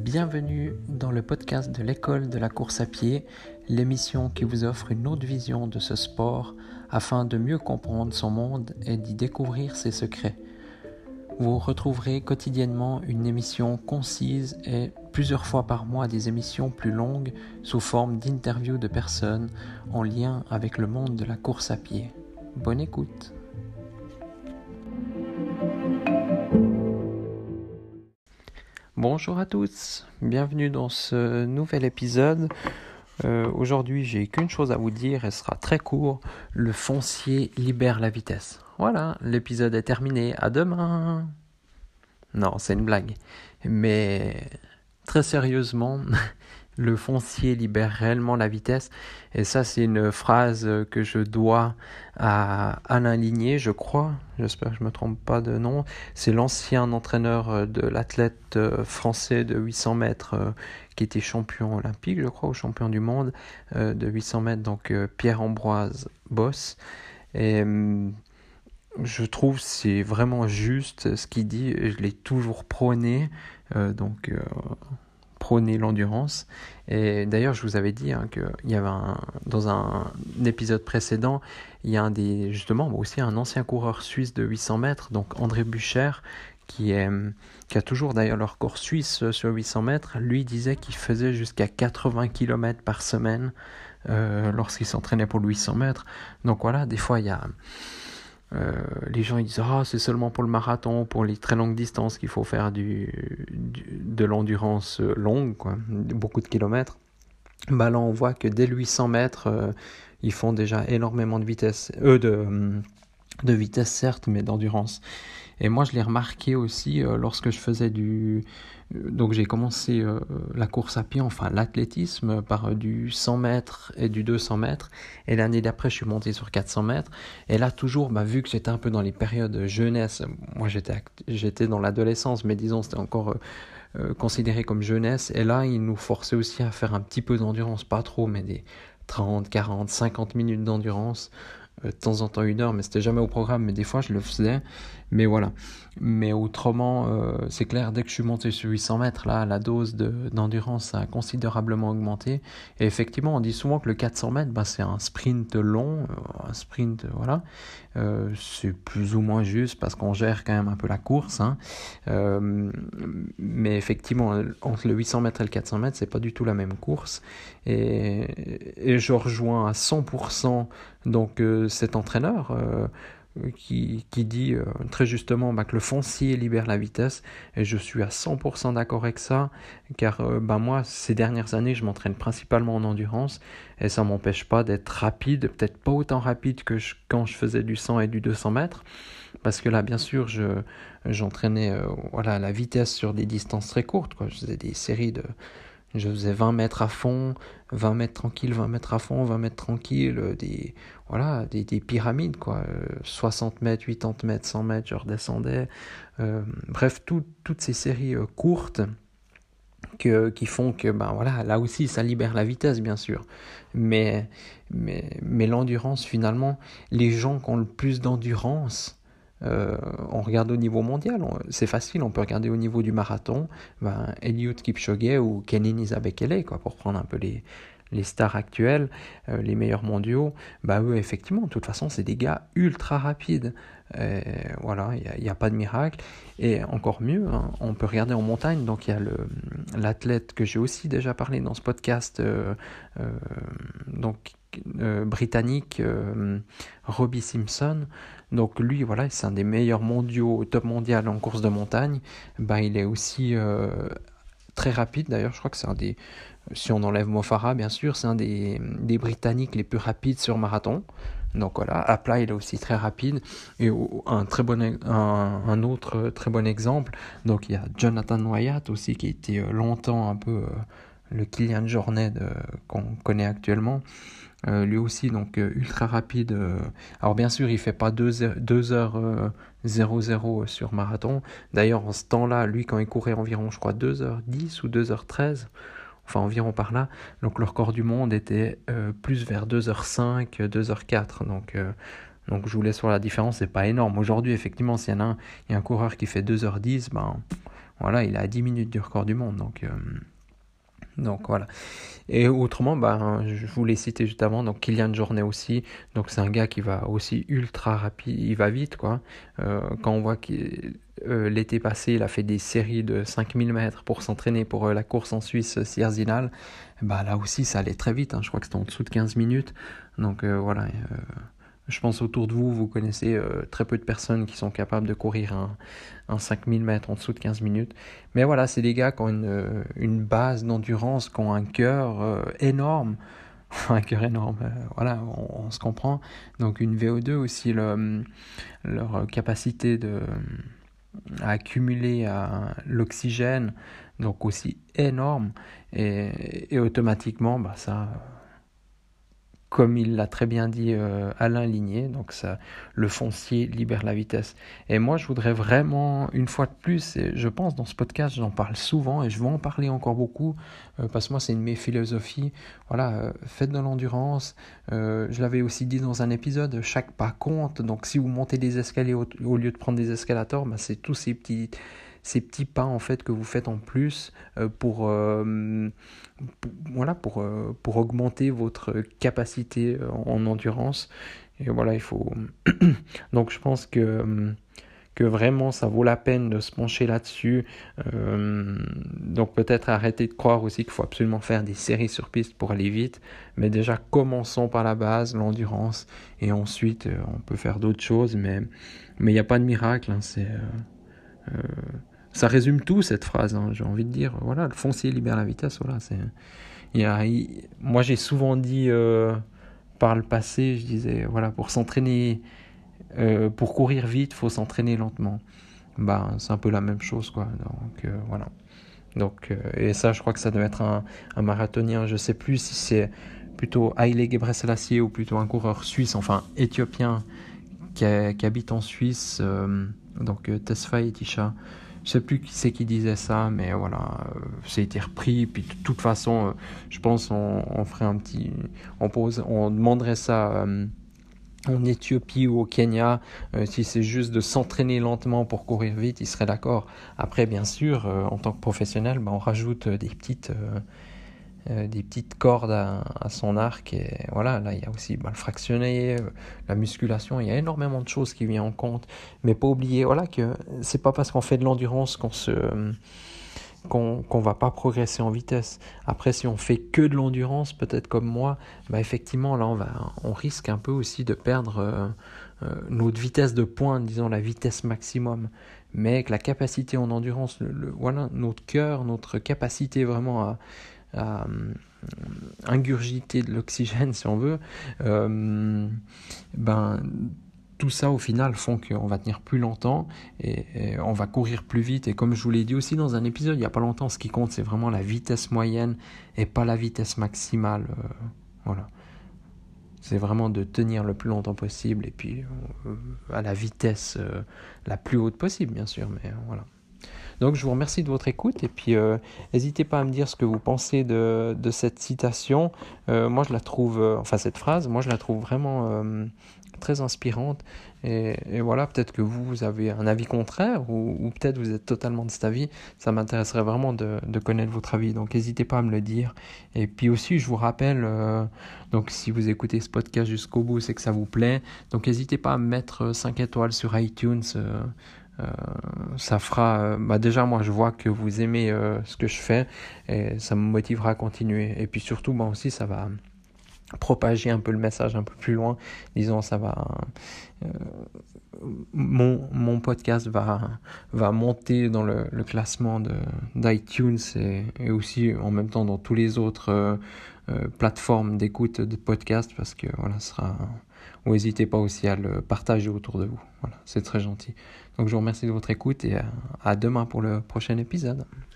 Bienvenue dans le podcast de l'école de la course à pied, l'émission qui vous offre une autre vision de ce sport afin de mieux comprendre son monde et d'y découvrir ses secrets. Vous retrouverez quotidiennement une émission concise et plusieurs fois par mois des émissions plus longues sous forme d'interviews de personnes en lien avec le monde de la course à pied. Bonne écoute! Bonjour à tous, bienvenue dans ce nouvel épisode. Aujourd'hui, j'ai qu'une chose à vous dire, elle sera très court. Le foncier libère la vitesse. Voilà, l'épisode est terminé. À demain. Non, c'est une blague. Mais très sérieusement, le foncier libère réellement la vitesse. Et ça, c'est une phrase que je dois à Alain Ligné, je crois. J'espère que je ne me trompe pas de nom. C'est l'ancien entraîneur de l'athlète français de 800 mètres qui était champion olympique, je crois, ou champion du monde de 800 mètres, donc Pierre-Ambroise Bosse. Et je trouve que c'est vraiment juste ce qu'il dit. Je l'ai toujours prôné, prôner l'endurance. Et d'ailleurs, je vous avais dit qu'il y avait dans un épisode précédent, il y a aussi un ancien coureur suisse de 800 mètres, donc André Bucher, qui a toujours d'ailleurs le record suisse sur 800 mètres. Lui disait qu'il faisait jusqu'à 80 km par semaine lorsqu'il s'entraînait pour le 800 mètres. Donc voilà, des fois, il y a... les gens ils disent c'est seulement pour le marathon, pour les très longues distances qu'il faut faire de l'endurance longue, quoi, beaucoup de kilomètres. Là on voit que dès le 800 mètres ils font déjà énormément de vitesse, de vitesse certes, mais d'endurance. Et moi je l'ai remarqué aussi lorsque je faisais donc j'ai commencé la course à pied, enfin l'athlétisme, par du 100 mètres et du 200 mètres. Et l'année d'après, je suis monté sur 400 mètres. Et là, toujours, vu que j'étais un peu dans les périodes jeunesse, moi j'étais dans l'adolescence, mais disons c'était encore considéré comme jeunesse. Et là, il nous forçait aussi à faire un petit peu d'endurance, pas trop, mais des 30, 40, 50 minutes d'endurance. De temps en temps 1 heure, mais c'était jamais au programme, mais des fois je le faisais. Mais voilà. Mais autrement, c'est clair, dès que je suis monté sur 800 mètres, là, la dose d'endurance a considérablement augmenté. Et effectivement, on dit souvent que le 400 mètres, c'est un sprint long, voilà. C'est plus ou moins juste parce qu'on gère quand même un peu la course. Mais effectivement, entre le 800 mètres et le 400 mètres, c'est pas du tout la même course. Et je rejoins à 100% donc cet entraîneur qui dit très justement que le foncier libère la vitesse, et je suis à 100% d'accord avec ça, car moi ces dernières années je m'entraîne principalement en endurance et ça m'empêche pas d'être rapide, peut-être pas autant rapide que quand je faisais du 100 et du 200 mètres, parce que là bien sûr j'entraînais la vitesse sur des distances très courtes, quoi. Je faisais des séries je faisais 20 mètres à fond, 20 mètres tranquille, 20 mètres à fond, 20 mètres tranquille, des pyramides, quoi. 60 mètres, 80 mètres, 100 mètres, je redescendais. Bref, toutes ces séries courtes qui font que, là aussi, ça libère la vitesse, bien sûr. Mais l'endurance, finalement, les gens qui ont le plus d'endurance, on regarde au niveau mondial, c'est facile, on peut regarder au niveau du marathon, Eliud Kipchoge ou Kenenisa Bekele, quoi, pour prendre un peu les stars actuelles, les meilleurs mondiaux. Eux, effectivement, de toute façon, c'est des gars ultra rapides. Il n'y a pas de miracle. Et encore mieux, on peut regarder en montagne. Donc il y a l'athlète que j'ai aussi déjà parlé dans ce podcast, britannique, Robbie Simpson. Donc lui, c'est un des meilleurs mondiaux, top mondial en course de montagne. Il est aussi très rapide. D'ailleurs, je crois que c'est si on enlève Mo Farah, bien sûr, c'est un des Britanniques les plus rapides sur marathon. Donc voilà, à plat, il est aussi très rapide. Et un autre très bon exemple, donc il y a Jonathan Wyatt aussi, qui a été longtemps un peu le Kylian Jornet qu'on connaît actuellement. Lui aussi, donc ultra rapide. Alors bien sûr, il fait pas 2h00 sur marathon. D'ailleurs, en ce temps-là, lui, quand il courait environ, je crois, 2h10 ou 2h13, enfin environ par là. Donc le record du monde était plus vers 2h05, 2h04. Donc je vous laisse voir la différence, c'est pas énorme. Aujourd'hui, effectivement, s'il y en a il y a un coureur qui fait 2h10, voilà, il est à 10 minutes du record du monde. Donc voilà. Et autrement, je vous l'ai cité juste avant, donc Kylian Jornet aussi. Donc c'est un gars qui va aussi ultra rapide, il va vite quoi. Quand on voit que l'été passé, il a fait des séries de 5000 mètres pour s'entraîner pour la course en Suisse Sierzinal, là aussi ça allait très vite, hein. Je crois que c'était en dessous de 15 minutes. Donc voilà. Je pense autour de vous, vous connaissez très peu de personnes qui sont capables de courir un 5000 mètres en dessous de 15 minutes. Mais voilà, c'est des gars qui ont une base d'endurance, qui ont un cœur énorme. Un cœur énorme, voilà, on se comprend. Donc une VO2 aussi, leur capacité à accumuler l'oxygène, donc aussi énorme. Et automatiquement, ça... Comme il l'a très bien dit Alain Ligné, donc ça, le foncier libère la vitesse. Et moi, je voudrais vraiment, une fois de plus, et je pense dans ce podcast, j'en parle souvent et je vais en parler encore beaucoup, parce que moi, c'est une de mes philosophies. Voilà, faites de l'endurance. Je l'avais aussi dit dans un épisode, chaque pas compte. Donc, si vous montez des escaliers au lieu de prendre des escalators, c'est tous ces petits pas en fait que vous faites en plus pour augmenter votre capacité en endurance. Et voilà, il faut donc je pense que vraiment ça vaut la peine de se pencher là-dessus. Donc peut-être arrêter de croire aussi qu'il faut absolument faire des séries sur piste pour aller vite, mais déjà commençons par la base, l'endurance, et ensuite on peut faire d'autres choses, mais il n'y a pas de miracle, hein. Ça résume tout cette phrase, hein. J'ai envie de dire, voilà, le foncier libère la vitesse. Voilà, moi j'ai souvent dit par le passé, je disais, voilà, pour s'entraîner, pour courir vite, faut s'entraîner lentement. C'est un peu la même chose, quoi. Donc voilà. Donc et ça, je crois que ça doit être un marathonien. Je sais plus si c'est plutôt Haile Gebrselassie ou plutôt un coureur suisse, enfin éthiopien, qui habite en Suisse. Donc Tesfaye Tisha. Je sais plus qui c'est qui disait ça, mais voilà, ça a été repris. Puis de toute façon, je pense on ferait on demanderait ça en Éthiopie ou au Kenya. Si c'est juste de s'entraîner lentement pour courir vite, ils seraient d'accord. Après, bien sûr, en tant que professionnel, on rajoute des petites cordes à son arc, et voilà, là il y a aussi le fractionné, la musculation, il y a énormément de choses qui viennent en compte, mais pas oublier, voilà, que c'est pas parce qu'on fait de l'endurance qu'on va pas progresser en vitesse. Après, si on fait que de l'endurance, peut-être comme moi, effectivement là on risque un peu aussi de perdre notre vitesse de pointe, disons la vitesse maximum, mais avec la capacité en endurance, voilà, notre cœur, notre capacité vraiment à ingurgiter de l'oxygène, si on veut, tout ça au final font qu'on va tenir plus longtemps et on va courir plus vite. Et comme je vous l'ai dit aussi dans un épisode il n'y a pas longtemps, ce qui compte c'est vraiment la vitesse moyenne et pas la vitesse maximale. Voilà. C'est vraiment de tenir le plus longtemps possible et puis à la vitesse la plus haute possible, bien sûr, mais voilà. Donc je vous remercie de votre écoute et puis n'hésitez pas à me dire ce que vous pensez de cette citation. Moi je la trouve, cette phrase, moi je la trouve vraiment très inspirante et voilà, peut-être que vous avez un avis contraire ou peut-être vous êtes totalement de cet avis. Ça m'intéresserait vraiment de connaître votre avis, donc n'hésitez pas à me le dire. Et puis aussi je vous rappelle, donc si vous écoutez ce podcast jusqu'au bout, c'est que ça vous plaît, donc n'hésitez pas à me mettre 5 étoiles sur iTunes. Ça fera déjà moi je vois que vous aimez ce que je fais et ça me motivera à continuer, et puis surtout aussi ça va propager un peu le message un peu plus loin, disons, ça va mon podcast va monter dans le classement d'iTunes et aussi en même temps dans tous les autres plateformes d'écoute de podcast, parce que voilà, n'hésitez pas aussi à le partager autour de vous. Voilà, c'est très gentil. Donc je vous remercie de votre écoute et à demain pour le prochain épisode.